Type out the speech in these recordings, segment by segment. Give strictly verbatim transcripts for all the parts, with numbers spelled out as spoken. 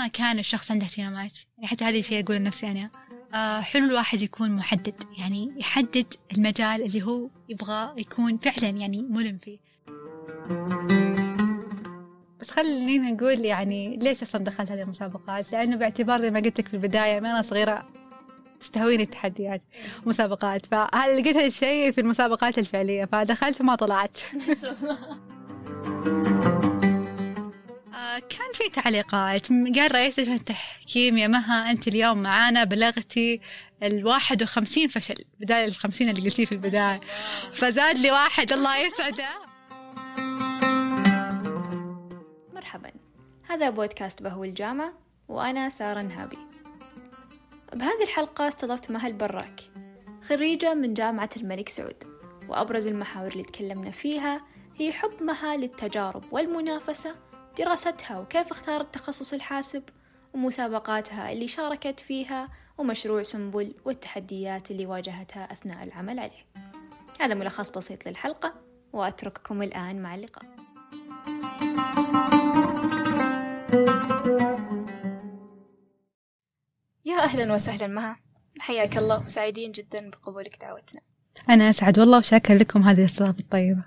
ما كان الشخص عنده اهتمامات. يعني حتى هذا الشيء أقول لنفسي أنا، آه حلو الواحد يكون محدد، يعني يحدد المجال اللي هو يبغى يكون فعلا يعني ملم فيه. بس خلينا نقول يعني ليش أصلا دخلت هذه المسابقات، لأنه باعتبار زي ما قلت لك في البداية ما أنا صغيرة تستهويني التحديات مسابقات، فهل لقيت هذا الشيء في المسابقات الفعلية فدخلت وما طلعت. كان في تعليقات، قال رئيس لجنة التحكيم يا مها أنت اليوم معانا بلغتي الواحد وخمسين فشل بدال الخمسين اللي قلتيه في البداية، فزاد لي واحد الله يسعده. مرحبا، هذا بودكاست بهو الجامعة وأنا سارة نهابي. بهذه الحلقة استضفت مها البراك، خريجة من جامعة الملك سعود، وأبرز المحاور اللي تكلمنا فيها هي حب مها للتجارب والمنافسة، دراستها وكيف اختارت تخصص الحاسب، ومسابقاتها اللي شاركت فيها، ومشروع سنبل والتحديات اللي واجهتها أثناء العمل عليه. هذا ملخص بسيط للحلقة، وأترككم الآن مع اللقاء. يا أهلا وسهلا مها، حياك الله، وسعيدين جدا بقبولك دعوتنا. أنا أسعد والله، وشاكر لكم هذه الاستضافة الطيبة.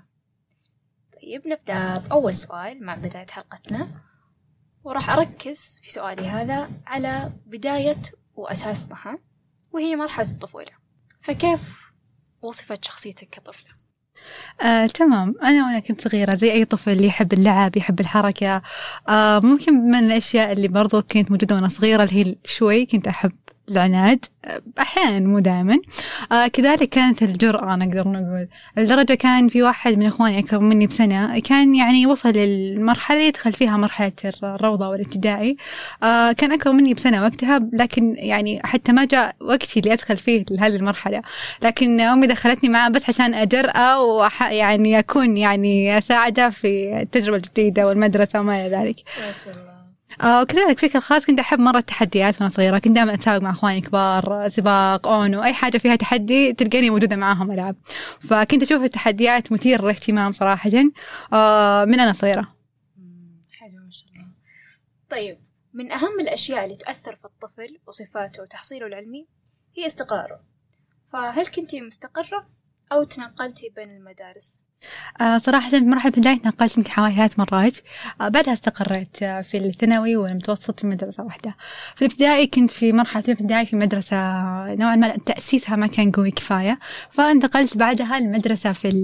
طيب نبدأ بأول سؤال مع بداية حلقتنا، وراح أركز في سؤالي هذا على بداية وأساس مها، وهي مرحلة الطفولة. فكيف وصفت شخصيتك كطفلة؟ آه، تمام. أنا وأنا كنت صغيرة زي أي طفل يحب اللعب يحب الحركة. آه، ممكن من الأشياء اللي برضو كنت موجودة وأنا صغيرة اللي هي شوي كنت أحب العناد، أحيانا مو دائما. آه كذلك كانت الجرأة، نقدر نقول الدرجة كان في واحد من إخواني أكبر مني بسنة كان يعني وصل للمرحلة يدخل فيها مرحلة الروضة والابتدائي. آه كان أكبر مني بسنة وقتها، لكن يعني حتى ما جاء وقتي اللي أدخل فيه لهذه المرحلة، لكن أمي دخلتني معها بس عشان أجرأة وح يعني أكون يعني أساعدها في التجربة الجديدة والمدرسة وما إلى ذلك. ما شاء الله. آه وكذلك بشكل خاص كنت أحب مرة التحديات وأنا صغيرة، كنت دائما أتسابق مع أخواني كبار، سباق أونو، أي حاجة فيها تحدي تلقاني موجودة معاهم ألعب. فكنت أشوف التحديات مثير للاهتمام صراحة آه من أنا صغيرة. حلو ما شاء الله. طيب، من أهم الأشياء اللي تأثر في الطفل وصفاته وتحصيله العلمي هي استقراره، فهل كنتي مستقرة أو تنقلتي بين المدارس؟ آه صراحة في مرحلة بداية نقلت يمكن حوالي ثلاث مرات. آه بعدها استقريت آه في الثانوي والمتوسط في مدرسة واحدة. في الابتدائي كنت في مرحلة الابتدائي في مدرسة نوعا ما تأسيسها ما كان قوي كفاية، فانتقلت بعدها المدرسة في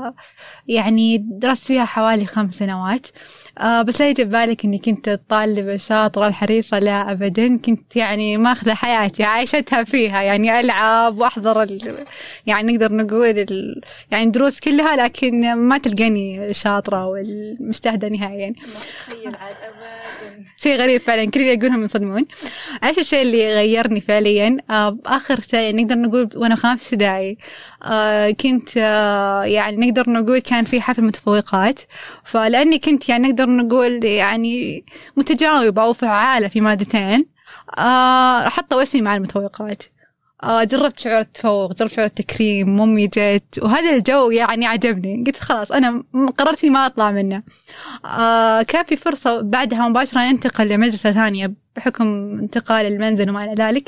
يعني درست فيها حوالي خمس سنوات. آه بس لا يجب بالك إني كنت الطالبة الشاطرة الحريصة، لا أبدا، كنت يعني ماخذة حياتي عايشتها فيها، يعني ألعب وأحضر ال... يعني نقدر نقول ال... يعني دروس كلها، لكن ما تلقاني شاطرة والمجتهدة نهائيا. تخيل عاد أبدا، شيء غريب فعلا، كل اللي أقولهم يصدمون. إيش الشيء اللي غيرني فعليا؟ آه آخر سنة نقدر نقول وأنا خامس ابتدائي آه كنت آه يعني نقدر نقول كان في حفل متفوقات، فلأني كنت يعني نقدر نقول يعني متجاوبة وفعالة في مادتين، آه حطوا اسمي مع المتفوقات. آه جربت شعور التفوق، جربت شعور التكريم، مامي جت وهذا الجو يعني عجبني، قلت خلاص أنا قررت إني ما أطلع منه. آه كان في فرصة بعدها مباشرة أنتقل لمدرسة ثانية بحكم انتقال المنزل وما إلى ذلك،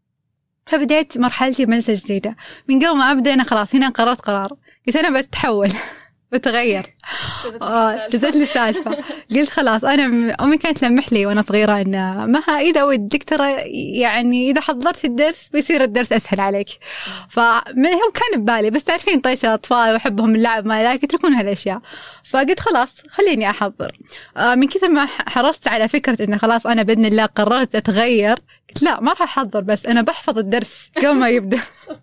فبديت مرحلتي بمدرسة جديدة. من قبل ما أبدأ أنا خلاص هنا قررت قرار، قلت أنا بتحول بتغير. جزت لي السالفة، قلت خلاص أنا أمي كانت تلمح لي وأنا صغيرة إن مها إذا ودك ترى يعني إذا حضرت الدرس بيصير الدرس أسهل عليك. فمن هم كان ببالي، بس تعرفين طيش الأطفال وحبهم اللعب ما ذلك يتركون هالأشياء، فقلت خلاص خليني أحضر. من كثر ما حرصت على فكرة إن خلاص أنا بإذن الله قررت أتغير، قلت لا ما راح أحضر، بس أنا بحفظ الدرس قبل ما يبدأ.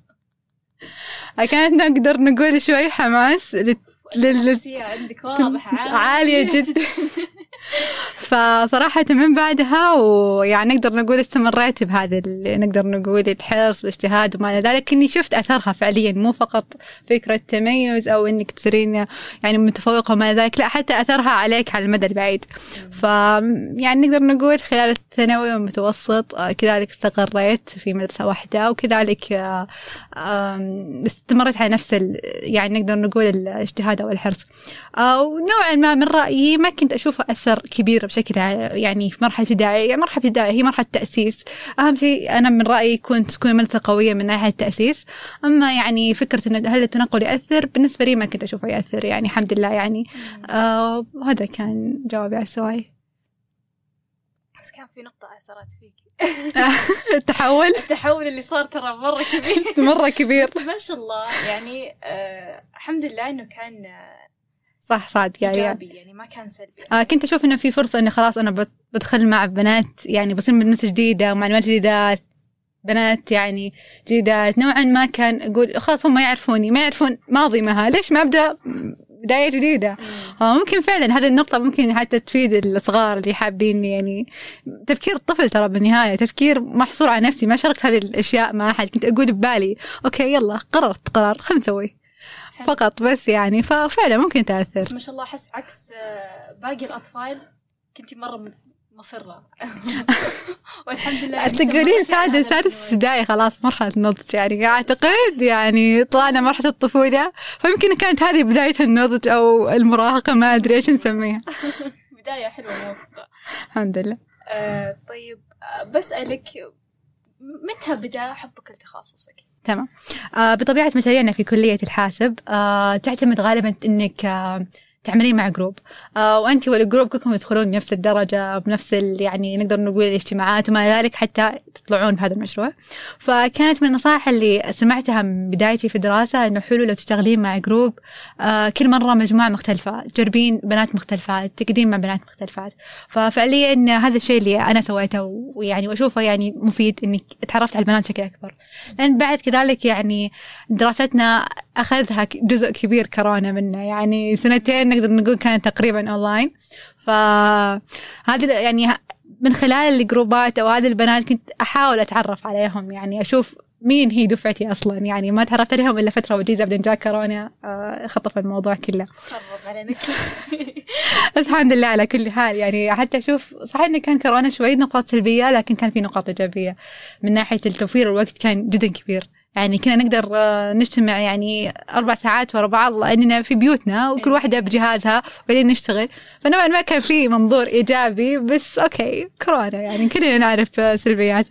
كانت نقدر نقول شوي حماس النفسية عندك واضحة عالية جدا. فصراحة من بعدها ويعني نقدر نقول استمريت بهذا نقدر نقول الحرص والاجتهاد وما إلى ذلك، إني شفت أثرها فعليا، مو فقط فكرة تميز أو إنك تصيرين يعني متفوقة وما إلى ذلك، لا حتى أثرها عليك على المدى البعيد. ف يعني نقدر نقول خلال الثانوي والمتوسط كذلك استقريت في مدرسة واحدة، وكذلك استمريت على نفس يعني نقدر نقول الاجتهاد أو الحرص. ونوعا ما من رأيي ما كنت أشوفه أثر أثر كبير بشكل يعني في مرحلة ابتدائية. يعني مرحلة ابتدائية هي مرحلة تأسيس، أهم شيء أنا من رأيي يكون تكون مدرسة قوية من ناحية التأسيس. أما يعني فكرة إن هل التنقل يأثر، بالنسبة لي ما كنت أشوفه يأثر يعني الحمد لله. يعني آه هذا كان جوابي على السؤال. بس كان في نقطة أثرت فيك التحول التحول اللي صار ترى مرة كبير مرة كبير بس ما شاء الله يعني آه الحمد لله إنه كان آه صح صادق يعني إيجابي يعني ما كان سلبي. آه كنت أشوف إنه في فرصة إنه خلاص أنا بدخل مع بنات يعني بصير مدرسة جديدة ومعلومات جديدة، بنات يعني جديدات نوعا ما. كان أقول خلاص هم يعرفوني ما يعرفون ماضي مها، ليش ما أبدأ بداية جديدة؟ آه ممكن فعلا هذه النقطة ممكن حتى تفيد الصغار اللي حابين. يعني تفكير الطفل ترى بالنهاية تفكير محصور على نفسي، ما شاركت هذه الأشياء مع أحد. كنت أقول ببالي أوكي يلا قررت قرار خلنا نسوي فقط بس يعني. ففعلا ممكن تأثر. بس ما شاء الله أحس عكس باقي الأطفال كنتي مرة مصرة والحمد لله. تقولين سادس سادس ابتدائي خلاص مرحلة النضج يعني أعتقد يعني طلعنا مرحلة الطفولة، فيمكن كانت هذه بداية النضج أو المراهقة ما أدري إيش نسميها. بداية حلوة موفقة الحمد لله. آه طيب بسألك متى بدأ حبك لتخصصك؟ تمام. آه بطبيعة مشاريعنا في كلية الحاسب آه تعتمد غالبا إنك آه تعملين مع جروب آه وأنت والجروب كلكم تدخلون نفس الدرجة بنفس يعني نقدر نقول الاجتماعات وما ذلك حتى تطلعون بهذا المشروع. فكانت من النصائح اللي سمعتها من بدايتي في الدراسة إنه حلو لو تشتغلين مع جروب آه كل مرة مجموعة مختلفة، تجربين بنات مختلفات، تقدين مع بنات مختلفات. ففعليا هذا الشيء اللي أنا سويته ويعني وأشوفه يعني مفيد إنك تعرفت على البنات بشكل أكبر. لأن بعد كذلك يعني دراستنا أخذها جزء كبير كورونا منه، يعني سنتين نقدر نقول كانت تقريبا أونلاين. فهذه يعني من خلال الجروبات أو هذه البنات كنت أحاول أتعرف عليهم، يعني أشوف مين هي دفعتي أصلا. يعني ما تعرفت عليهم إلا فترة وجيزة بعدين جاء كورونا خطف الموضوع كله. خرب علينا بس الحمد لله على كل حال. يعني حتى أشوف صحيح إن كان كورونا شوي نقاط سلبية لكن كان في نقاط إيجابية من ناحية التوفير. الوقت كان جدا كبير، يعني كنا نقدر نجتمع يعني أربع ساعات ورا بعض لأننا في بيوتنا وكل واحدة بجهازها وبعدين نشتغل. فنوعا ما كان في منظور إيجابي. بس أوكي كورونا يعني كلنا نعرف سلبيات.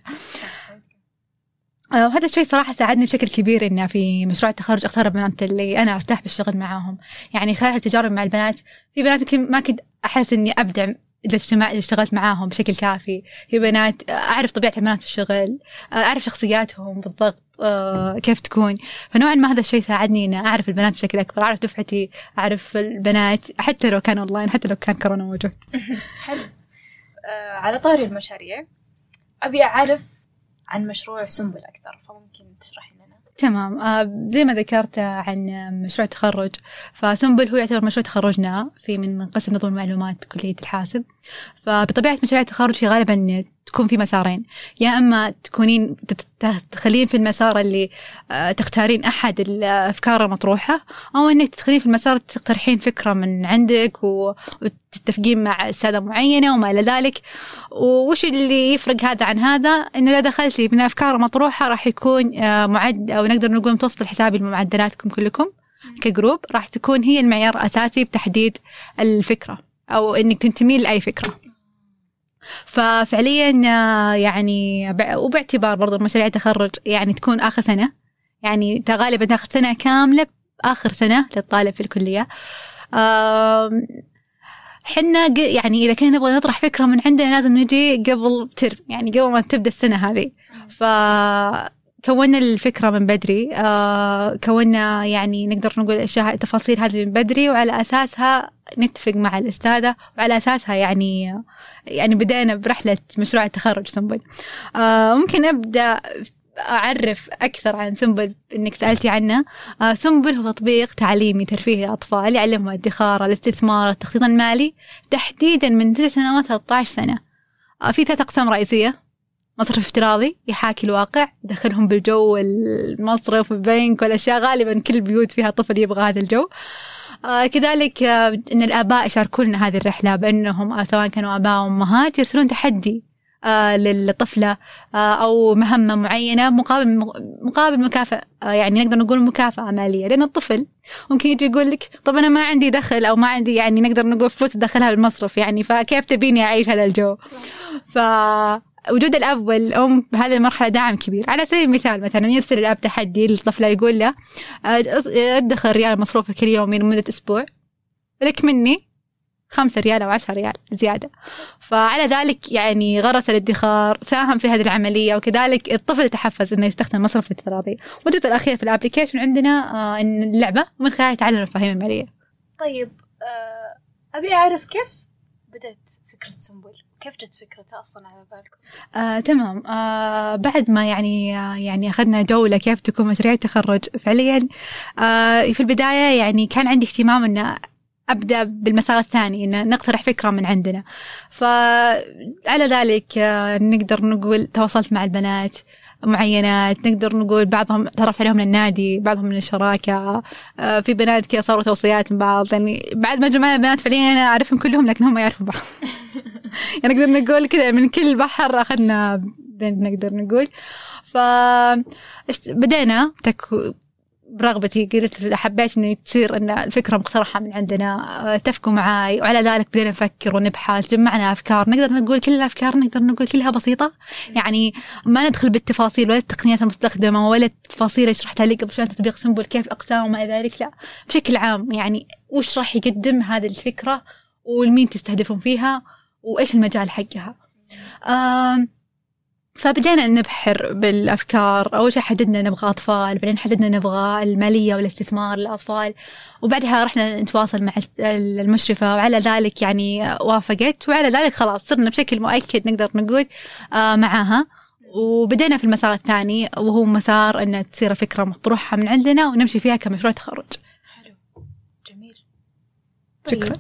وهذا الشيء صراحة ساعدني بشكل كبير إن في مشروع التخرج أختار البنات اللي أنا أرتاح بالشغل معاهم. يعني خلال التجارب مع البنات في بنات ما كنت أحس إني أبدع إذا اجتماع إذا اشتغلت معاهم بشكل كافي. في بنات أعرف طبيعة البنات في الشغل، أعرف شخصياتهم بالضبط كيف تكون. فنوعا ما هذا الشيء ساعدني إن أعرف البنات بشكل أكبر، أعرف دفعتي، أعرف البنات حتى لو كان أونلاين حتى لو كان كورونا موجود. حلو. آه على طاري المشاريع أبي أعرف عن مشروع سنبل أكثر، فممكن تشرحي لنا؟ تمام. آه زي ما ذكرت عن مشروع تخرج، فسنبل هو يعتبر مشروع تخرجنا في من قسم نظم المعلومات بكلية الحاسب. فبطبيعة مشاريع التخرج في غالبا تكون في مسارين، يا أما تكونين تدخلين في المسار اللي تختارين أحد الأفكار المطروحة، أو أنك تدخلين في المسار تقترحين فكرة من عندك وتتفقين مع أستاذة معينة وما إلى ذلك. وش اللي يفرق هذا عن هذا؟ إنه إذا دخلتي من أفكار مطروحة راح يكون معد أو نقدر نقول متوسط الحسابي لمعدلاتكم كلكم كجروب، راح تكون هي المعيار الأساسي بتحديد الفكرة أو إنك تنتمين لأي فكرة. ففعليا يعني وباعتبار برضو المشاريع التخرج يعني تكون آخر سنة، يعني غالبا تاخذ سنة كاملة آخر سنة للطالب في الكلية. حنا يعني إذا كنا نبغى نطرح فكرة من عندنا لازم نجي قبل ترم، يعني قبل ما تبدأ السنة هذه. فكونا الفكرة من بدري، كونا يعني نقدر نقول أشياء التفاصيل هذه من بدري، وعلى أساسها نتفق مع الأستاذة، وعلى أساسها يعني يعني بدأنا برحلة مشروع التخرج سنبل. آه ممكن أبدأ أعرف أكثر عن سنبل إنك سألتي عنه. آه سنبل هو تطبيق تعليمي ترفيهي للأطفال يعلمهم الادخار، الاستثمار، التخطيط المالي، تحديدا من تسع سنوات ثلاثة عشر سنة. آه في ثلاث أقسام رئيسية: مصرف افتراضي يحاكي الواقع، يدخلهم بالجو المصرف والبنك والأشياء، غالبا كل البيوت فيها طفل يبغى هذا الجو. آه كذلك آه إن الآباء يشاركون هذه الرحلة بأنهم آه سواء كانوا آباء أو أمهات يرسلون تحدي آه للطفلة آه أو مهمة معينة مقابل مقابل مكافأة، آه يعني نقدر نقول مكافأة مالية، لأن الطفل ممكن يجي يقول لك طب أنا ما عندي دخل أو ما عندي يعني نقدر نقول فلوس أدخلها بالمصرف، يعني فكيف تبيني أعيش هذا الجو؟ فوجود الأب والأم بهذه المرحلة دعم كبير. على سبيل المثال مثلا يرسل الأب تحدي للطفلة يقول له أدخل ريال مصروفك كل يوم لمدة أسبوع، لك مني خمسة ريال أو عشر ريال زيادة. فعلى ذلك يعني غرس الادخار، ساهم في هذه العملية، وكذلك الطفل تحفز إنه يستخدم مصرف الافتراضي. والجزء الأخير في الابليكيشن عندنا آه إن اللعبة ومن خلالها يتعلم المفاهيم المالية. طيب آه أبي أعرف كيف بدأت فكرة سنبل، كيف جت فكرتها أصلا على بالكم؟ آه، تمام. آه، بعد ما يعني آه، يعني أخذنا جولة كيف تكون مشاريع التخرج فعليا. آه، في البداية يعني كان عندي اهتمام إن أبدأ بالمسار الثاني، إن نقترح فكرة من عندنا. فعلى ذلك آه، نقدر نقول تواصلت مع البنات معينات، نقدر نقول بعضهم تعرفت عليهم من النادي، بعضهم من الشراكة. آه، في بنات كذا صاروا توصيات من بعض، يعني بعد ما جمعنا البنات فعليا أنا أعرفهم كلهم لكنهم ما يعرفوا بعض. يعني نقدر نقول كذا من كل بحر أخذنا بنت نقدر نقول. فبدأنا تكو برغبتي، قلت حبيت إنه تصير إن الفكرة مقترحة من عندنا، اتفقوا معاي، وعلى ذلك بدينا نفكر ونبحث، جمعنا أفكار. نقدر نقول كل الأفكار نقدر نقول كلها بسيطة، يعني ما ندخل بالتفاصيل ولا التقنيات المستخدمة ولا التفاصيل اللي شرحتها لك قبل شوي تطبيق سنبل كيف أقسام وما إلى ذلك، لا بشكل عام يعني وش راح يقدم هذه الفكرة والمين تستهدفون فيها وإيش المجال حقها. آه فبدينا نبحر بالأفكار. أول شيء حددنا نبغى أطفال، بعدين حددنا نبغى المالية والاستثمار للأطفال، وبعدها رحنا نتواصل مع المشرفة وعلى ذلك يعني وافقت، وعلى ذلك خلاص صرنا بشكل مؤكد نقدر نقول آه معاها. وبدينا في المسار الثاني وهو مسار أن تصير فكرة مطروحة من عندنا ونمشي فيها كمشروع تخرج. حلو، جميل. شكرا.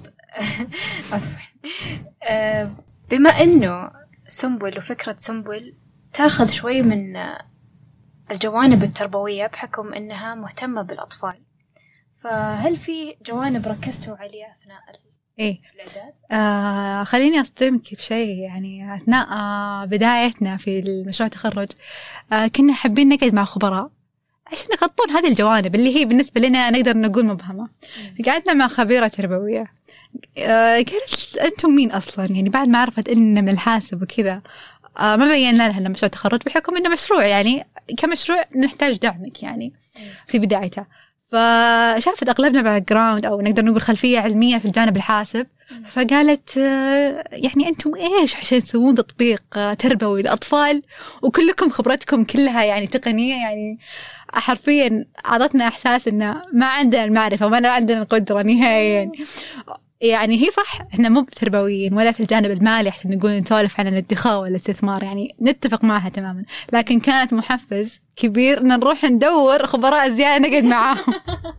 طيب بما أنه سنبل وفكرة سنبل تاخذ شوي من الجوانب التربوية بحكم أنها مهتمة بالأطفال، فهل في جوانب ركزتوا عليها أثناء إيه؟ الإعداد؟ آه خليني أصدمك بشيء، يعني أثناء آه بدايتنا في المشروع التخرج آه كنا حابين نقعد مع خبراء عشان يغطون هذه الجوانب اللي هي بالنسبة لنا نقدر نقول مبهمة. قعدنا مع خبيرة تربوية آه قالت أنتم مين أصلا، يعني بعد ما عرفت إننا من الحاسب وكذا آه ما بينا لها إنه مشروع تخرج بحكم إنه مشروع، يعني كمشروع نحتاج دعمك يعني في بدايته. فشافت أغلبنا باك جراوند أو نقدر نقول خلفية علمية في الجانب الحاسب، فقالت يعني أنتم إيش عشان تسوون تطبيق تربوي للأطفال وكلكم خبرتكم كلها يعني تقنية، يعني حرفيا أعطتنا إحساس إنه ما عندنا المعرفة وما عندنا القدرة نهائيا. يعني هي صح إحنا مو تربويين ولا في الجانب المالي عشان نقول نسولف عن الادخار والاستثمار، يعني نتفق معها تماما، لكن كانت محفز كبير إن نروح ندور خبراء زيادة نقعد معاهم.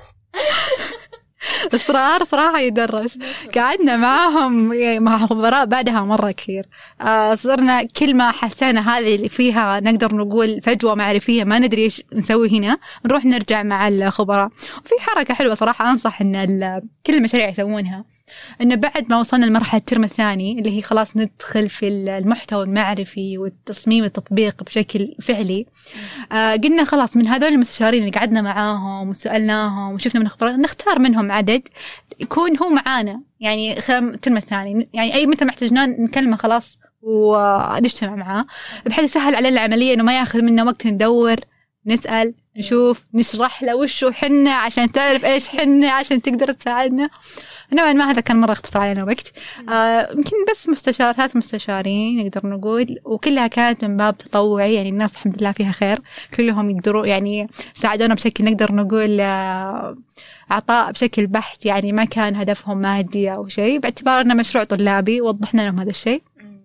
إصرار صراحة يدرس. قعدنا معاهم مع خبراء بعدها مرة كثير. آه صرنا كل ما حسينا هذه اللي فيها نقدر نقول فجوة معرفية ما ندري إيش نسوي هنا نروح نرجع مع الخبراء. وفي حركة حلوة صراحة أنصح إن كل المشاريع يسوونها، إنه بعد ما وصلنا لمرحلة الترم الثاني اللي هي خلاص ندخل في المحتوى المعرفي والتصميم التطبيق بشكل فعلي، آه قلنا خلاص من هذول المستشارين اللي قعدنا معاهم وسألناهم وشفنا من خبرات نختار منهم عدد يكون هو معانا يعني خلال الترم الثاني، يعني أي متى ما احتاجنا نكلمه خلاص ونجتمع معاه، بحيث يسهل علينا العملية إنه ما يأخذ منا وقت ندور نسأل نشوف نشرح له وشو حنا عشان تعرف إيش حنا عشان تقدر تساعدنا. نوعا ما هذا كان مرة اختصر علينا وقت. آه يمكن بس مستشار ثلاث مستشارين نقدر نقول، وكلها كانت من باب تطوعي، يعني الناس الحمد لله فيها خير كلهم يقدروا يعني ساعدونا بشكل نقدر نقول آه عطاء بشكل بحت، يعني ما كان هدفهم مادي أو شيء، باعتبار أنه مشروع طلابي وضحنا لهم هذا الشيء.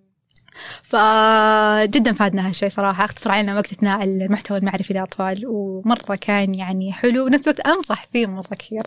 فجدا فادنا هالشيء صراحة، اختصر علينا وقت اثناء المحتوى المعرفي للأطفال، ومرة كان يعني حلو ونفس الوقت أنصح فيه مرة كثير.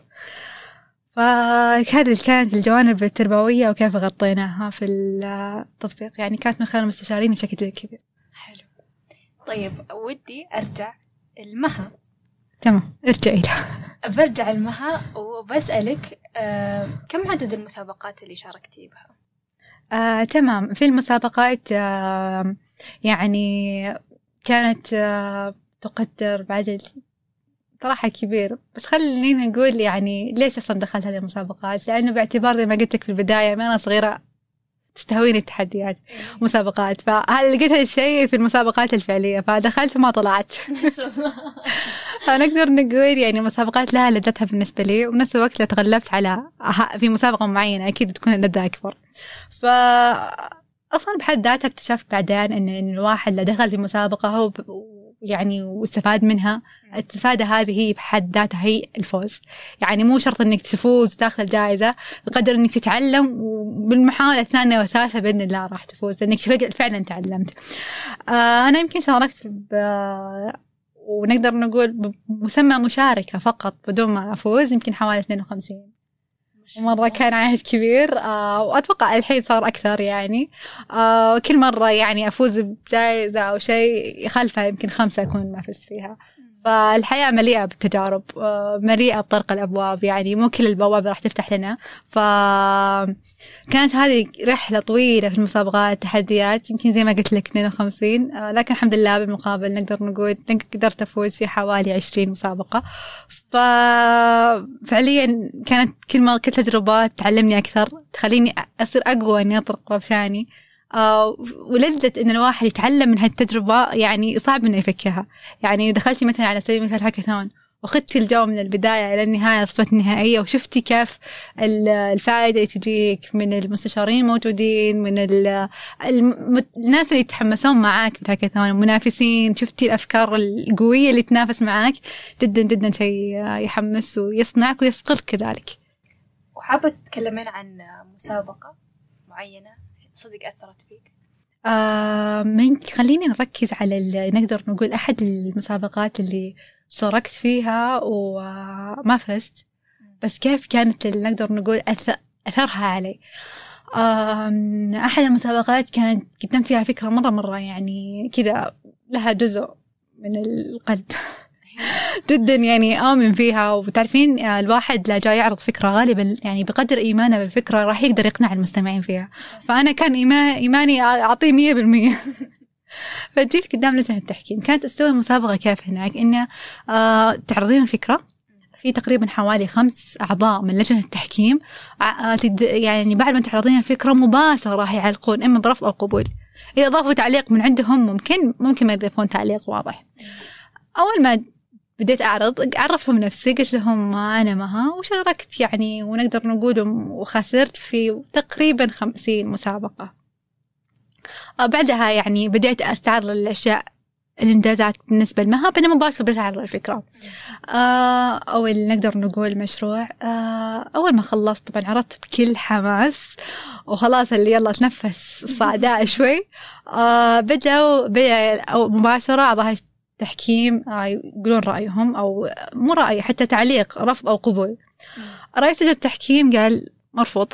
فهذه كانت الجوانب التربوية وكيف غطيناها في التطبيق، يعني كانت من خلال المستشارين بشكل كبير. حلو. طيب ودي أرجع المها. تمام ارجعي لها. برجع المها وبسألك آه كم عدد المسابقات اللي شاركتي بها؟ آه، تمام. في المسابقات آه، يعني كانت آه، تقدر بعدد صراحة كبير، بس خلينا نقول يعني ليش أصلا دخلت هذه المسابقات، لأنه باعتبار زي ما قلت لك في البداية ما أنا صغيرة تستهويني التحديات مسابقات، فهل لقيت هذا الشيء في المسابقات الفعلية فدخلت وما طلعت. ما شاء الله. فنقدر نقول يعني مسابقات لها لذتها بالنسبة لي، وبنفس الوقت تغلبت على في مسابقة معينة أكيد بتكون اللذة أكبر. ف أصلا بحد ذاتها اكتشفت بعدين إن إن الواحد اللي دخل في مسابقة هو يعني واستفاد منها، الاستفادة هذه هي بحد ذاتها هي الفوز. يعني مو شرط إنك تفوز وتأخذ الجائزة، بقدر إنك تتعلم، وبالمحاولة الثانية والثالثة بإذن الله راح تفوز لأنك فعلا تعلمت. آه أنا يمكن شاركت ب ونقدر نقول بمسمى مشاركة فقط بدون ما أفوز يمكن حوالي اثنين وخمسين مرة. كان عدد كبير آه وأتوقع الحين صار أكثر يعني. آه كل مرة يعني أفوز بجائزة أو شيء يخلفها يمكن خمسة أكون ما فزت فيها. فالحياة مليئة بالتجارب، آه مليئة بطرق الأبواب، يعني مو كل البواب راح تفتح لنا. فكانت هذه رحلة طويلة في المسابقات، تحديات يمكن زي ما قلت لك اثنين وخمسين، آه لكن الحمد لله بالمقابل نقدر نقول قدرت أفوز في حوالي عشرين مسابقة. ففعليا كانت كل ما كل تجربة تعلمني أكثر، تخليني أصير أقوى إني أطرق باب ثاني. آه ولذة إن الواحد يتعلم من هالتجربة يعني صعب إنه يفكها. يعني دخلتي مثلا على سبيل المثال هاكاثون وخدتي الجو من البداية إلى النهاية الصفة النهائية، وشفتي كيف الفائدة اللي تجيك من المستشارين الموجودين، من الناس اللي يتحمسون معاك في هاكاثون، المنافسين، شفتي الأفكار القوية اللي تنافس معاك. جدا جدا شيء يحمس ويصنعك ويصقلك كذلك. وحابة تتكلمين عن مسابقة معينة صدق أثرت فيك؟ آه من خليني نركز على نقدر نقول أحد المسابقات اللي شاركت فيها وما فزت، بس كيف كانت نقدر نقول أثرها علي. أحد المسابقات كانت قدمت فيها فكرة مرة مرة يعني كذا لها جزء من القلب جدا يعني آمن فيها. وتعرفين الواحد لا جاي يعرض فكرة غالبا يعني بقدر إيمانه بالفكرة راح يقدر يقنع المستمعين فيها. فأنا كان إيماني أعطيه مية بالمية. فجيت قدام لجنة التحكيم، كانت أسوي مسابقة كيف هناك إنه آه تعرضين الفكرة في تقريبا حوالي خمس أعضاء من لجنة التحكيم، آه يعني بعد ما تعرضين الفكرة مباشرة راح يعلقون إما برفض أو قبول. إذا أضافوا تعليق من عندهم ممكن ممكن ما يضيفون تعليق واضح. أول ما بديت أعرض عرفتهم نفسي، قلت لهم أنا مها، وشاركت يعني ونقدر نقول وخسرت في تقريبا خمسين مسابقة. بعدها يعني بديت أستعرض الأشياء الإنجازات بالنسبة لمها، بأنا مباشرة بتعرض الفكرة أو اللي نقدر نقول مشروع. أول ما خلصت طبعا عرضت بكل حماس وخلاص اللي يلا تنفس صعداء شوي. بدأوا بدأ أو مباشرة أعضاء التحكيم يقولون رأيهم أو مو رأي حتى تعليق رفض أو قبول. رئيس لجنة التحكيم قال مرفوض،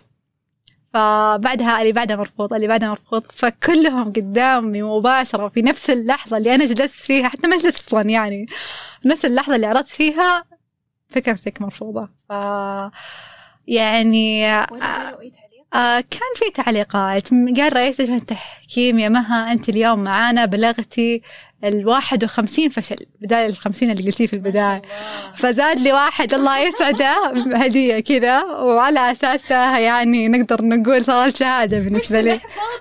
فبعدها اللي بعدها مرفوض، اللي بعدها مرفوض، فكلهم قدامي مباشرة في نفس اللحظة اللي أنا جلست فيها، حتى ما جلست أصلا يعني نفس اللحظة اللي عرضت فيها فكرتك مرفوضة. ف يعني آه كان في تعليقات، قال رئيس لجنة التحكيم يا مها أنت اليوم معانا بلغتي الواحد وخمسين فشل بدال الخمسين اللي قلتيه في البداية، فزاد لي واحد الله يسعده هدية كذا، وعلى أساسها يعني نقدر نقول صارت شهادة بالنسبة لي.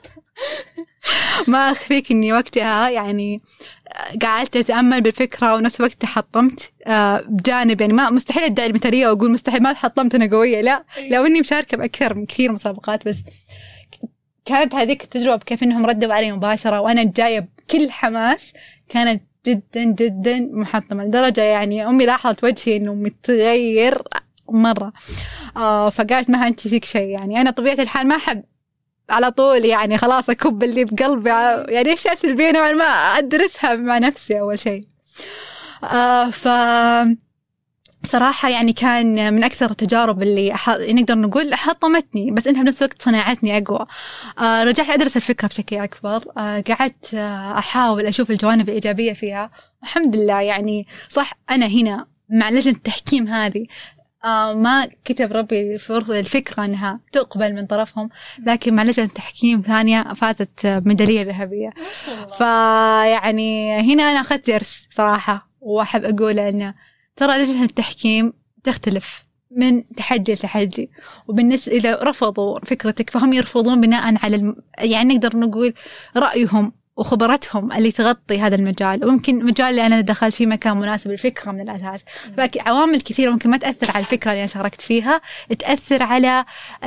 ما أخفيك إني وقتها يعني قعدت أتأمل بالفكرة ونفس الوقت تحطمت بجانب، يعني ما مستحيل أدعي المثالية وأقول مستحيل ما تحطمت أنا قوية، لا، لو إني مشاركة بأكثر من كثير مسابقات، بس كانت هذيك التجربة كيف إنهم ردوا علي مباشرة وأنا جاية بكل حماس، كانت جدا جدا محطمة لدرجة يعني أمي لاحظت وجهي إنه متغير مرة. آه فقالت ما أنت فيك شيء، يعني أنا طبيعة الحال ما أحب على طول يعني خلاص أكب اللي بقلبي، يعني أشياء سلبية نوعا ما أدرسها مع نفسي أول شيء. آه ف صراحة يعني كان من أكثر التجارب اللي أح... نقدر نقول حطمتني، بس إنها بنفس الوقت صنعتني أقوى. آه رجعت أدرس الفكرة بشكل أكبر، آه قعدت آه أحاول أشوف الجوانب الإيجابية فيها. الحمد لله يعني صح أنا هنا مع لجنة التحكيم هذه آه ما كتب ربي الفكرة أنها تقبل من طرفهم، لكن مع لجنة تحكيم ثانية فازت ميدالية ذهبية. فيعني هنا أنا أخذت درس بصراحة، وأحب أقول أن ترى لجنة التحكيم تختلف من تحدي لتحدي، وبالنسبة إذا رفضوا فكرتك فهم يرفضون بناء على الم... يعني نقدر نقول رأيهم وخبرتهم اللي تغطي هذا المجال، وممكن المجال اللي أنا دخلت فيه ما كان مناسب للفكرة من الأساس. فعوامل كثيرة ممكن ما تأثر على الفكرة اللي أنا شاركت فيها، تأثر على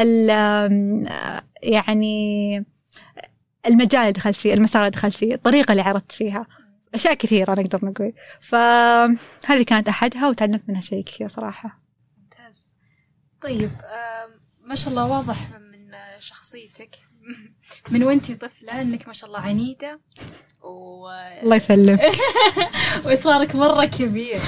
يعني المجال اللي دخلت فيه، المسار اللي دخلت فيه، الطريقة اللي عرضت فيها، أشياء كثيرة نقدر نقول. فهذه كانت أحدها وتعلمت منها شيء كثير صراحة. ممتاز. طيب آه ما شاء الله واضح من شخصيتك من وانتي طفلة انك ما شاء الله عنيدة و... الله يسلم. وإصرارك مرة كبير.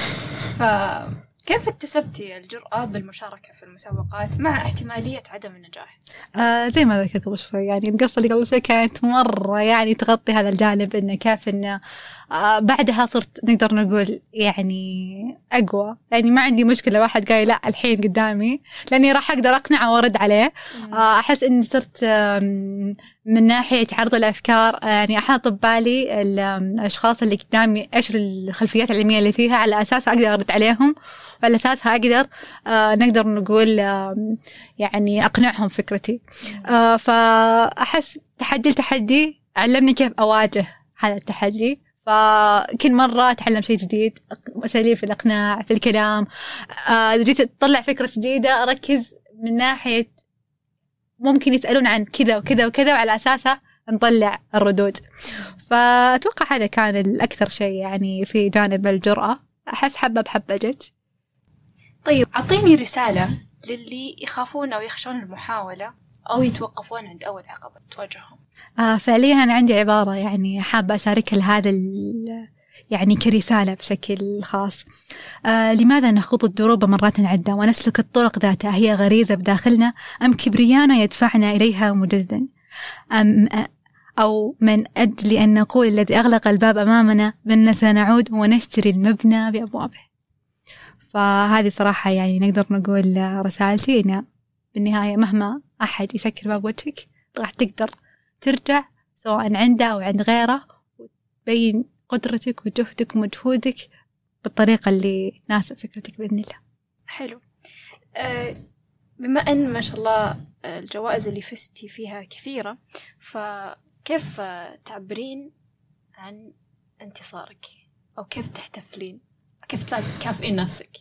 فكيف اكتسبتي الجرأة بالمشاركة في المسابقات مع احتمالية عدم النجاح؟ آه زي ما ذكرت قبل شوي، يعني القصة اللي قبل شوي كانت مرة يعني تغطي هذا الجانب، إنه كيف إنه آه بعدها صرت نقدر نقول يعني أقوى. يعني ما عندي مشكلة واحد قايل لا الحين قدامي، لأني راح أقدر أقنع وأرد عليه. آه أحس إني صرت آه من ناحية عرض الأفكار، يعني أحاط ببالي الأشخاص اللي قدامي إيش الخلفيات العلمية اللي فيها، على أساسها أقدر أرد عليهم، وعلى أساسها أقدر آه نقدر نقول آه يعني أقنعهم فكرتي. آه فأحس تحدي التحدي علمني كيف أواجه هذا التحدي. فكل مرة أتعلم شيء جديد، أساليب في الإقناع في الكلام. آه جيت أطلع فكرة جديدة أركز من ناحية ممكن يسألون عن كذا وكذا وكذا، وعلى أساسها نطلع الردود. فأتوقع هذا كان الأكثر شيء يعني في جانب الجرأة. أحس حبة بحبة جت. طيب أعطيني رسالة للي يخافون أو يخشون المحاولة أو يتوقفون عند أول عقبة تواجههم. آه فعليا أنا عندي عبارة يعني حابة أشاركها لهذا يعني كرسالة بشكل خاص. آه لماذا نخوض الدروب مرات عدة ونسلك الطرق ذاتها؟ هي غريزة بداخلنا أم كبريانا يدفعنا إليها مجددا؟ أم أو من أجل أن نقول الذي أغلق الباب أمامنا بأننا سنعود ونشتري المبنى بأبوابه؟ فهذه صراحة يعني نقدر نقول رسالتي، إن بالنهاية مهما أحد يسكر باب وجهك راح تقدر ترجع سواء عنده أو عند غيره، وتبين قدرتك وجهدك ومجهودك بالطريقة اللي تناسب فكرتك بإذن الله. حلو. أه بما أن ما شاء الله الجوائز اللي فزتي فيها كثيرة، فكيف تعبرين عن انتصارك أو كيف تحتفلين؟ كيف تكافئين نفسك؟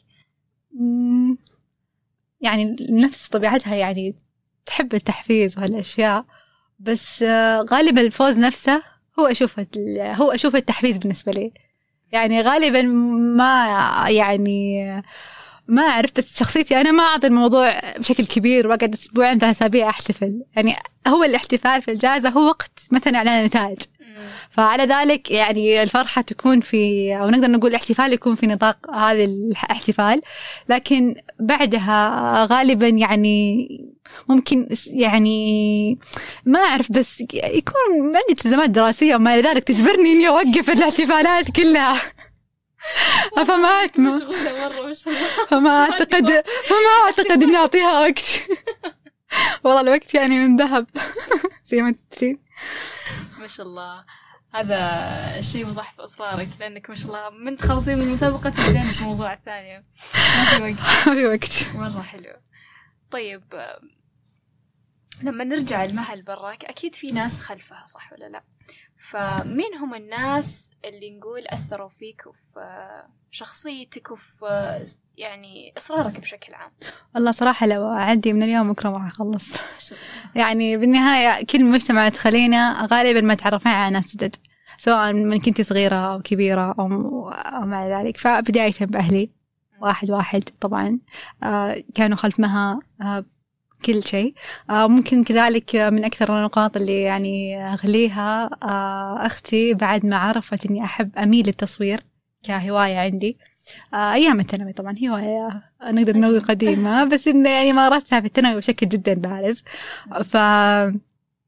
يعني النفس طبيعتها يعني تحب التحفيز وهالأشياء، بس غالبا الفوز نفسه هو أشوف هو أشوف التحفيز بالنسبة لي. يعني غالبا ما يعني ما أعرف، بس شخصيتي أنا ما أعطي الموضوع بشكل كبير وقعد أسبوعين ثلاث أسابيع أحتفل. يعني هو الاحتفال في الجائزة هو وقت مثلا إعلان نتائج، فعلى ذلك يعني الفرحة تكون في، أو نقدر نقول الاحتفال يكون في نطاق هذا الاحتفال. لكن بعدها غالبا يعني ممكن يعني ما أعرف، بس يكون عندي التزامات دراسية وما إلى ذلك تجبرني إني أوقف الاحتفالات كلها. فما فما أعتقد فما أعتقد إني أعطيها وقت. والله الوقت يعني من ذهب زي ما تدرين. ما شاء الله، هذا الشيء وضح في إصرارك، لأنك ما شاء الله من تخلصين من المسابقة تبدأين في موضوع ثانية. ما في وقت. ما في وقت. مرة حلو. طيب لما نرجع المهل براك أكيد في ناس خلفها، صح ولا لا؟ فمين هم الناس اللي نقول أثروا فيك وفي شخصيتك وفي يعني إصرارك بشكل عام؟ والله صراحة لو أعدي من اليوم بكرة ما أخلص. يعني بالنهاية كل مجتمع تدخلينه غالبا ما تعرفين على ناس جدد، سواء من كنتي صغيرة أو كبيرة أو مع ذلك. فبداية بأهلي واحد واحد طبعا آه كانوا خلفها آه كل شيء. آه ممكن كذلك من أكثر النقاط اللي يعني أغليها آه أختي بعد ما عرفت إني أحب أميل للتصوير كهواية عندي. آه أيام الثانوي طبعا هواية نقدر نقول قديمة، بس إن يعني مارستها في الثانوي بشكل جدا بارز. ف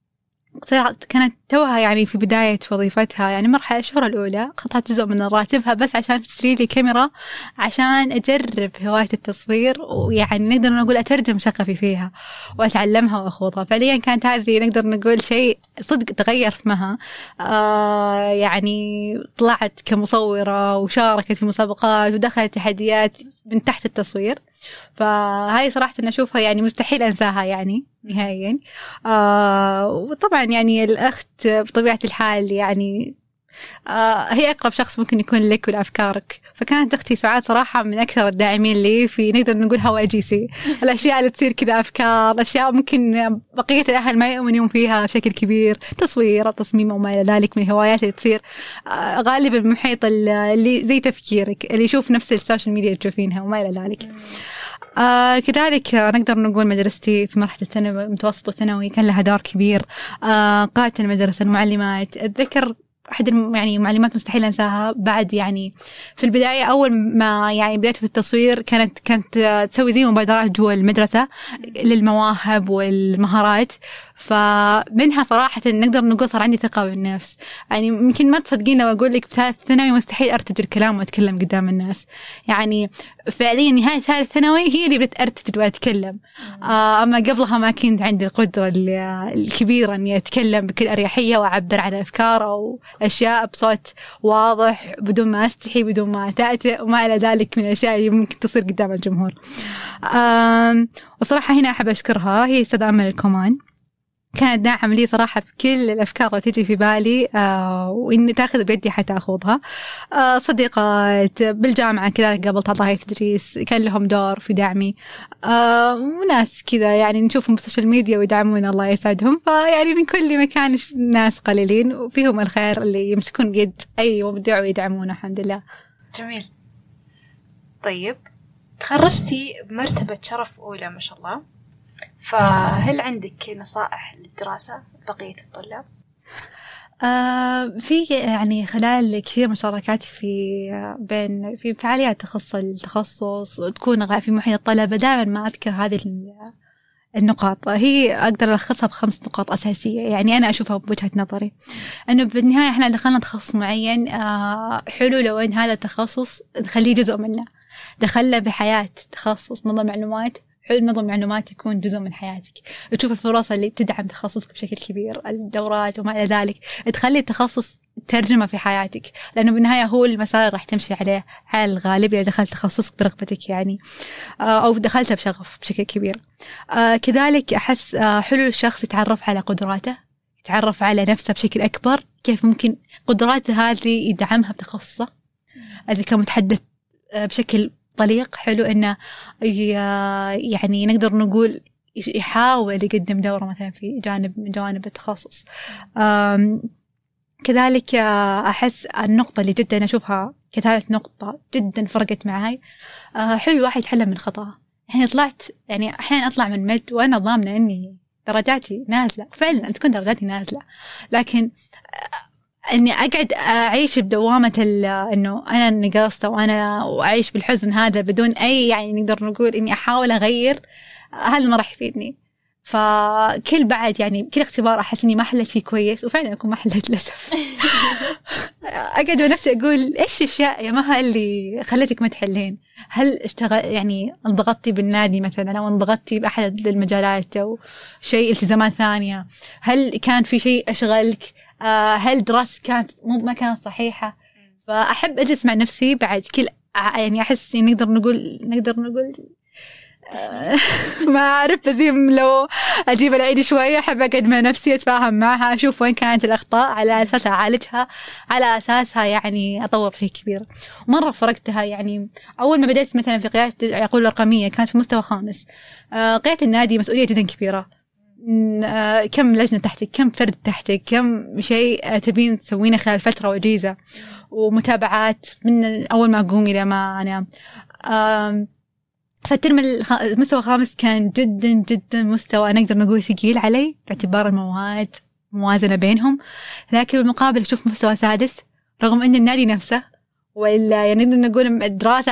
كانت توها يعني في بداية وظيفتها، يعني مرحلة الشهور الأولى قطعت جزء من راتبها بس عشان تشتري لي كاميرا عشان أجرب هواية التصوير، ويعني نقدر نقول أترجم شغفي فيها وأتعلمها وأخوضها. فعليا كانت هذه نقدر نقول شيء صدق تغير في مها. آه يعني طلعت كمصورة وشاركت في مسابقات ودخلت تحديات من تحت التصوير، فهاي صراحة أنا أشوفها يعني مستحيل أنساها يعني نهائيا. آه وطبعا يعني الأخت بطبيعة الحال يعني آه هي أقرب شخص ممكن يكون لك ولأفكارك، فكانت أختي سعاد صراحة من أكثر الداعمين لي في نقدر نقول هواجسي الأشياء اللي تصير كذا، أفكار أشياء ممكن بقية الأهل ما يؤمنون فيها بشكل كبير، تصوير أو تصميم وما إلى ذلك من الهوايات اللي تصير آه غالبا بمحيط اللي زي تفكيرك، اللي يشوف نفس السوشيال ميديا اللي تشوفينها وما إلى ذلك. آه كذلك نقدر نقول مدرستي في مرحلة الثانوي متوسط وثانوي كان لها دور كبير. آه قادة المدرسة، المعلمات، أتذكر أحد يعني معلومات مستحيل أنساها بعد يعني في البداية أول ما يعني بدأت في التصوير كانت كانت تسوي زي مبادرات جوا المدرسة للمواهب والمهارات، فمنها صراحة نقدر نقول صار عندي ثقة بالنفس. يعني يمكن ما تصدقين لو أقول لك بثالث ثانوي مستحيل أرتجل كلام وأتكلم قدام الناس، يعني فعليا نهاية ثالث ثانوي هي اللي بدأت أرتجل وأتكلم. آه أما قبلها ما كنت عندي القدرة الكبيرة إني أتكلم بكل أريحية وأعبر عن أفكار أو أشياء بصوت واضح بدون ما أستحي بدون ما تأتئ وما إلى ذلك من الأشياء اللي ممكن تصير قدام الجمهور. آه وصراحة هنا أحب أشكرها، هي أستاذة أمل الكومان، كانت داعم لي صراحة بكل الأفكار اللي تيجي في بالي آه وإني تأخذ بيدي حتى أخوضها. آه صديقات بالجامعة كذا قبل تعطيها تدريس كان لهم دور في دعمي، آه وناس كذا يعني نشوفهم في السوشيال ميديا ويدعمون الله يسعدهم. فيعني من كل مكان ناس قليلين وفيهم الخير اللي يمسكون بيد أي مبدع ويدعمونه الحمد لله. جميل. طيب تخرجتي بمرتبة شرف أولى ما شاء الله، فهل عندك نصائح للدراسة بقية الطلاب؟ آه في يعني خلال كثير مشاركاتي في بين في فعاليات تخص التخصص تكون في محيط الطلبة دائما ما أذكر هذه النقاط، هي أقدر ألخصها بخمس نقاط أساسية يعني أنا أشوفها بوجهة نظري. أنه بالنهاية إحنا دخلنا تخصص معين، آه حلو لو إن هذا التخصص نخليه جزء منه، دخلنا بحياة تخصص نظم معلومات، حلو نظم معلومات يكون جزء من حياتك، تشوف الفرص اللي تدعم تخصصك بشكل كبير، الدورات وما إلى ذلك، تخلي التخصص ترجمة في حياتك، لأنه بالنهاية هو المسار راح تمشي عليه على الغالب إذا دخلت تخصصك برغبتك يعني أو دخلته بشغف بشكل كبير. آه كذلك أحس آه حلو الشخص يتعرف على قدراته، يتعرف على نفسه بشكل أكبر، كيف ممكن قدراته هذه يدعمها بتخصصه، إذا كان متحدث آه بشكل طليق حلو إنه يعني نقدر نقول يحاول يقدم دورة مثلا في جانب من جوانب التخصص. كذلك أحس النقطة اللي جدا أشوفها كثالث نقطة جدا فرقت معي، حلو الواحد يتعلم من خطأه. يعني طلعت يعني أحيانا أطلع من مد وأنا ضامنة إني درجاتي نازلة، فعلا تكون درجاتي نازلة، لكن إني أقعد أعيش بدوامة إنه أنا نقصت وأنا وأعيش بالحزن هذا بدون أي يعني نقدر نقول إني أحاول أغير، هذا ما راح يفيدني. فكل بعد يعني كل اختبار أحس إني ما حلت فيه كويس، وفعلا أكون ما حلت للأسف. أقعد بنفسي أقول إيش الأشياء يا مها اللي خلتك ما تحلين؟ هل اشتغل يعني انضغطتي بالنادي مثلا أو انضغطتي بأحد المجالات أو شيء التزامات ثانية؟ هل كان في شيء أشغلك؟ هل دراستي كانت مو ما كانت صحيحة؟ فأحب أجلس مع نفسي بعد كل يعني أحس نقدر نقول نقدر نقول ما أعرف بزيم لو أجيب العيد شوية، أحب أقعد مع نفسي أتفاهم معها، أشوف وين كانت الأخطاء على أساسها أعالجها، على أساسها يعني أطور شيء كبير. مرة فرقتها يعني أول ما بدأت مثلا في قيادة العقول الرقمية كانت في مستوى خامس، قيادة النادي مسؤولية جدا كبيرة، كم لجنة تحتك، كم فرد تحتك، كم شيء تبين تسوينه خلال فترة وجيزة، ومتابعات من أول ما أقوم إلى ما أنام. فالترم المستوى الخامس كان جدا جدا مستوى نقدر نقول ثقيل علي باعتبار المواد موازنة بينهم، لكن بالمقابل أشوف مستوى سادس رغم أن النادي نفسه ولا يعني نقدر نقول الدراسة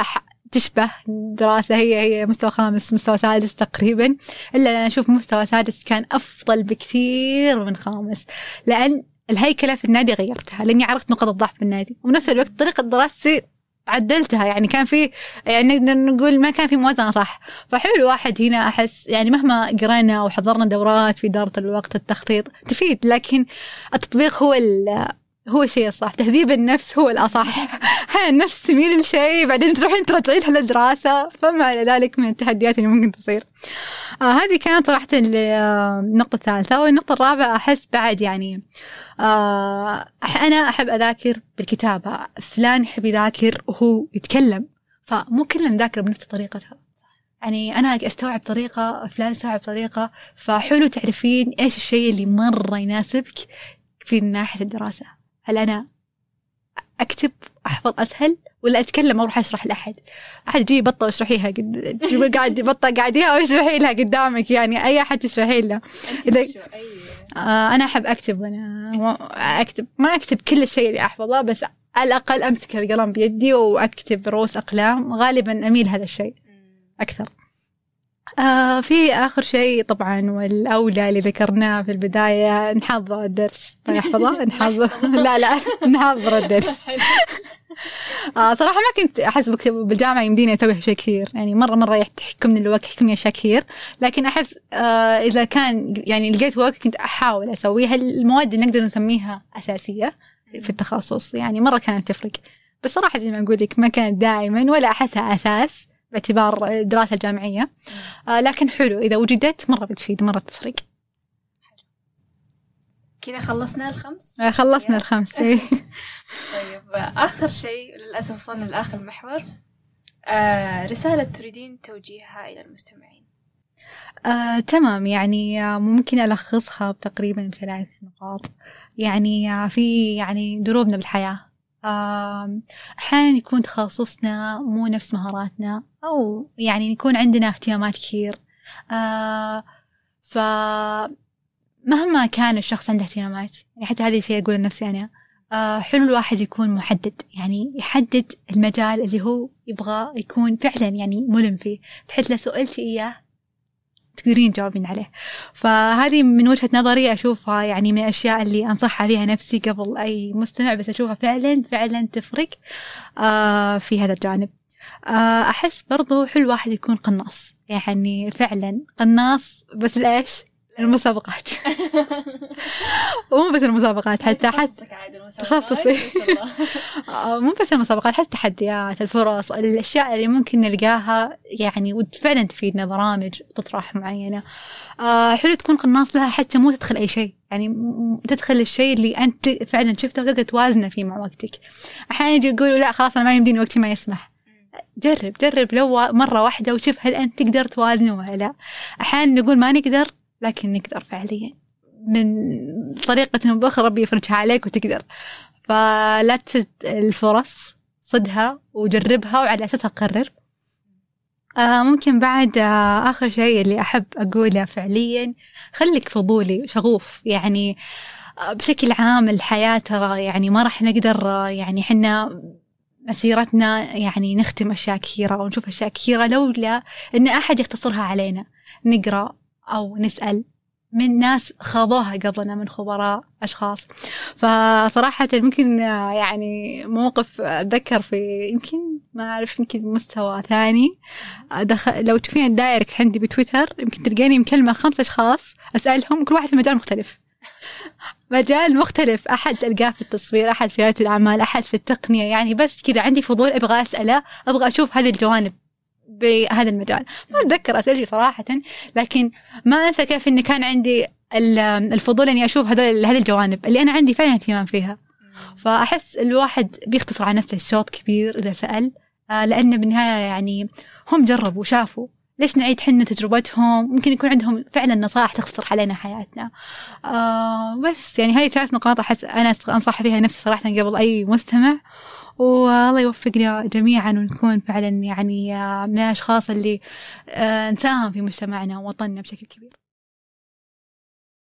تشبه دراسة هي هي مستوى خامس مستوى سادس تقريبا، إلا أنا أشوف مستوى سادس كان أفضل بكثير من خامس، لأن الهيكلة في النادي غيرتها لأني عرفت نقط الضعف في النادي، وبنفس الوقت طريقة دراستي عدلتها، يعني كان في يعني نقدر نقول ما كان في موازنة صح. فحلو الواحد هنا أحس يعني مهما قرأنا وحضرنا دورات في إدارة الوقت التخطيط تفيد، لكن التطبيق هو هو الشيء الصح، تهذيب النفس هو الأصح. ها النفس تميل للشيء بعدين تروحين ترجعينها للدراسة، فما إلى ذلك من التحديات اللي ممكن تصير. آه هذه كانت صراحة النقطة الثالثة. والنقطة الرابعة أحس بعد يعني آه أنا أحب أذاكر بالكتابة، فلان يحب يذاكر وهو يتكلم، فمو كلنا نذاكر بنفس طريقتها. يعني أنا أستوعب طريقة، فلان يستوعب طريقة، فحلو تعرفين إيش الشيء اللي مرة يناسبك في ناحية الدراسة. هل أنا أكتب أحفظ أسهل ولا أتكلم أروح أشرح لأحد؟ أحد يجي بطة واشرحيها قد جيب قاعد بطة قاعديها واشرحي لها قدامك، يعني أي أحد تشرحي له. إذا آه أنا أحب أكتب، أنا أكتب ما أكتب كل الشيء اللي أحفظه، بس على الأقل أمسك القلم بيدي وأكتب رؤوس أقلام، غالبا أميل هذا الشيء أكثر. آه في آخر شيء طبعا والأولى اللي ذكرناه في البداية، نحضر الدرس. ما يحفظه نحضر لا لا نحضر الدرس. آه صراحة ما كنت أحس بالجامعة يمديني أسوي شيء كثير، يعني مرة مرة يحكمني الوقت يحكمني أشياء كثير، لكن أحس آه إذا كان يعني لقيت وقت كنت أحاول أسويها. المواد اللي نقدر نسميها أساسية في التخصص يعني مرة كانت تفرق، بس صراحة زي ما أقول لك ما كانت دائما ولا أحسها أساس باعتبار الدراسة الجامعية. آه لكن حلو إذا وجدت مرة بتفيد، مرة تفرق. كذا خلصنا الخمس. آه خلصنا الخمس. طيب آخر شيء للأسف وصلنا لآخر محور، آه رسالة تريدين توجيهها إلى المستمعين. آه تمام، يعني ممكن ألخصها تقريبا بثلاث نقاط. يعني في يعني دروبنا بالحياة، أحيانا يكون تخصصنا مو نفس مهاراتنا، أو يعني يكون عندنا اهتمامات كثير. آه فمهما كان الشخص عنده اهتمامات، يعني حتى هذه الشيء أقول لنفسي أنا، آه حلو الواحد يكون محدد، يعني يحدد المجال اللي هو يبغى يكون فعلا يعني ملم فيه، بحيث لو سئلتي إياه تقدرين تجاوبين عليه. فهذه من وجهة نظري أشوفها يعني من الأشياء اللي أنصحها فيها نفسي قبل أي مستمع، بس أشوفها فعلا فعلا تفرق آه في هذا الجانب. آه أحس برضو حلو واحد يكون قناص، يعني فعلا قناص، بس لإيش؟ المسابقات. ومو بس المسابقات، حتى حتى تخصصي مو بس المسابقات، حتى التحديات، الفرص، الأشياء اللي ممكن نلقاها يعني وفعلا تفيدنا، برامج تطرح معينة. آه حلو تكون قناص لها، حتى مو تدخل أي شيء، يعني تدخل الشيء اللي أنت فعلا شفته وتقدر توازنه فيه مع وقتك. أحيانا يجي يقولوا لا خلاص أنا ما يمديني وقتي ما يسمح. جرب جرب لو مرة واحدة وشوف هل أنت تقدر توازنه ولا لا. أحيانا نقول ما نقدر، لكن نقدر فعليا من طريقة بأخرى ربي يفرجها عليك وتقدر. فلا تسد الفرص، صدها وجربها وعلى أساسها قرر. آه ممكن بعد آه آخر شيء اللي أحب أقوله فعليا، خليك فضولي شغوف. يعني آه بشكل عام الحياة ترى يعني ما راح نقدر آه يعني حنا مسيرتنا يعني نختم أشياء كثيرة ونشوف أشياء كثيرة لولا إن أحد يختصرها علينا. نقرأ أو نسأل من ناس خاضوها قبلنا، من خبراء أشخاص. فصراحة ممكن يعني موقف أتذكر في يمكن ما أعرف يمكن مستوى ثاني، دخل لو تشوفين الدايركت عندي بتويتر يمكن تلقاني مكلمة خمسة أشخاص أسألهم كل واحد في مجال مختلف. مجال مختلف، أحد ألقاه في التصوير، أحد في ريادة الأعمال، أحد في التقنية. يعني بس كذا عندي فضول أبغى أسأله، أبغى أشوف هذه الجوانب بهذا المجال. ما أتذكر أسئلتي صراحة، لكن ما أنسى كيف إني كان عندي الفضول إني أشوف هذول هذه الجوانب اللي أنا عندي فعلا اهتمام فيها. فأحس الواحد بيختصر على نفسه الشوط كبير إذا سأل، لأن بالنهاية يعني هم جربوا وشافوا، ليش نعيد حنا تجربتهم؟ ممكن يكون عندهم فعلا نصائح تختصر علينا حياتنا. آه بس يعني هاي ثلاث نقاط أحس أنا أنصح فيها نفسي صراحة قبل أي مستمع، والله يوفقنا جميعا ونكون فعلا يعني من الأشخاص اللي نساهم في مجتمعنا ووطننا بشكل كبير.